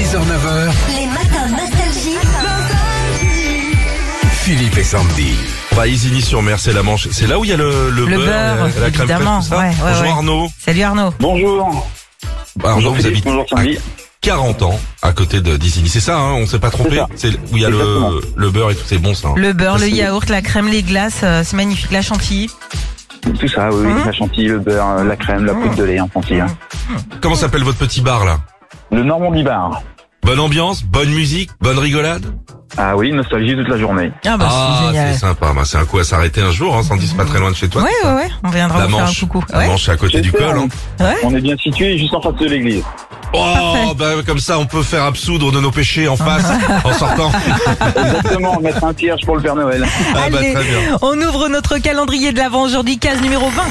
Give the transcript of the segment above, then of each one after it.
6h-9h, Les matins nostalgie. Philippe et Sandy. Bah, Isigny-sur-Mer, c'est la Manche. C'est là où il y a le beurre, la crème fraîche, évidemment. tout ça. Ouais, Bonjour ouais. Arnaud. Salut Arnaud. Bonjour. Arnaud, vous habitez Bonjour Sandy. 40 ans à côté d'Isigny. C'est ça, hein, on s'est pas trompé. C'est ça. C'est où il y a Exactement. le beurre et tout, c'est bon ça. Hein. Le beurre, Ça, le c'est- yaourt, la crème, les glaces, c'est magnifique. La chantilly. Tout ça, oui, la chantilly, le beurre, la crème, la poudre de lait en chantilly. Comment s'appelle votre petit bar là? Le Normandie Bar. Bonne ambiance, bonne musique, bonne rigolade. Ah oui, nostalgie toute la journée. Ah bah c'est génial. c'est sympa. Bah, c'est un coup à s'arrêter un jour, hein, Sandy, c'est pas très loin de chez toi. Ouais. On viendra La vous faire un Manche. coucou. La Ouais. Manche, c'est à côté du J'espère, col. Hein. Ouais. On est bien situé juste en face de l'église. Oh, bah, comme ça, on peut faire absoudre de nos péchés en face, en sortant. Exactement, mettre un cierge pour le Père Noël. Ah, bah, Allez, très bien. on ouvre notre calendrier de l'Avent aujourd'hui, case numéro 20.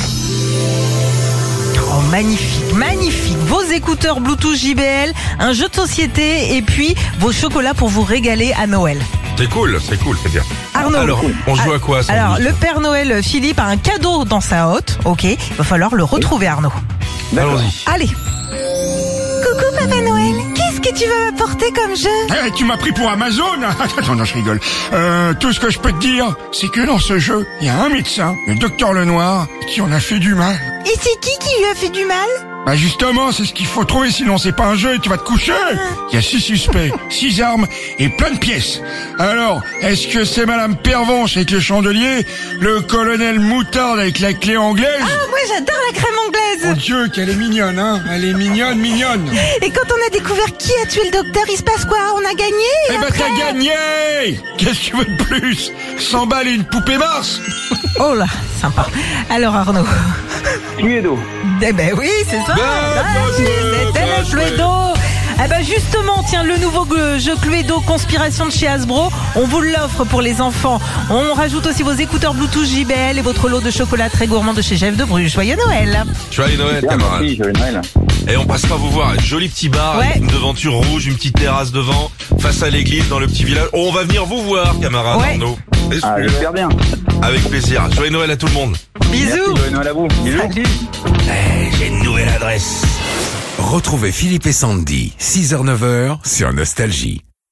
Oh, magnifique. Vos écouteurs Bluetooth JBL, un jeu de société et puis vos chocolats pour vous régaler à Noël. C'est cool, c'est bien. Arnaud. Alors, on joue à quoi, Sandy? Alors, le Père Noël Philippe a un cadeau dans sa hotte. Ok, il va falloir le retrouver, Arnaud. Allons-y. Allez. Coucou Papa Noël, qu'est-ce que tu vas m'apporter comme jeu? Eh, tu m'as pris pour Amazon? Attends, non, je rigole. Tout ce que je peux te dire, c'est que dans ce jeu, il y a un médecin, le docteur Lenoir, qui en a fait du mal. Et c'est qui lui a fait du mal? Bah justement, c'est ce qu'il faut trouver, sinon c'est pas un jeu et tu vas te coucher. Il y a 6 suspects, 6 armes et plein de pièces. Alors, est-ce que c'est Madame Pervenche avec le chandelier, le colonel Moutarde avec la clé anglaise? Ah, moi j'adore la crème Mon anglaise. Dieu, qu'elle est mignonne, hein. Elle est mignonne. Et quand on a découvert qui a tué le docteur, il se passe quoi? On a gagné? Eh ben après t'as gagné! Qu'est-ce que tu veux de plus? 100 balles et une poupée Mars? Oh là, sympa. Alors Arnaud. Cluedo. Eh ben oui, c'est ça. C'était le Cluedo. Eh ben justement, tiens, le nouveau jeu Cluedo Conspiration de chez Hasbro, on vous l'offre pour les enfants. On rajoute aussi vos écouteurs Bluetooth JBL et votre lot de chocolat très gourmand de chez Jeff de Bruges. Joyeux Noël. Joyeux Noël, Bien, camarade. merci, joyeux Noël. Et on passera vous voir. Un joli petit bar, Ouais. avec une devanture rouge, une petite terrasse devant, face à l'église, dans le petit village. Oh, on va venir vous voir, camarade Ouais. Arnaud. Et Ah, celui-là, j'espère bien. avec plaisir. Joyeux Noël à tout le monde. Bisous. Merci, joyeux Noël à vous. Bisous. Salut. J'ai une nouvelle adresse. Retrouvez Philippe et Sandy, 6h-9h sur Nostalgie.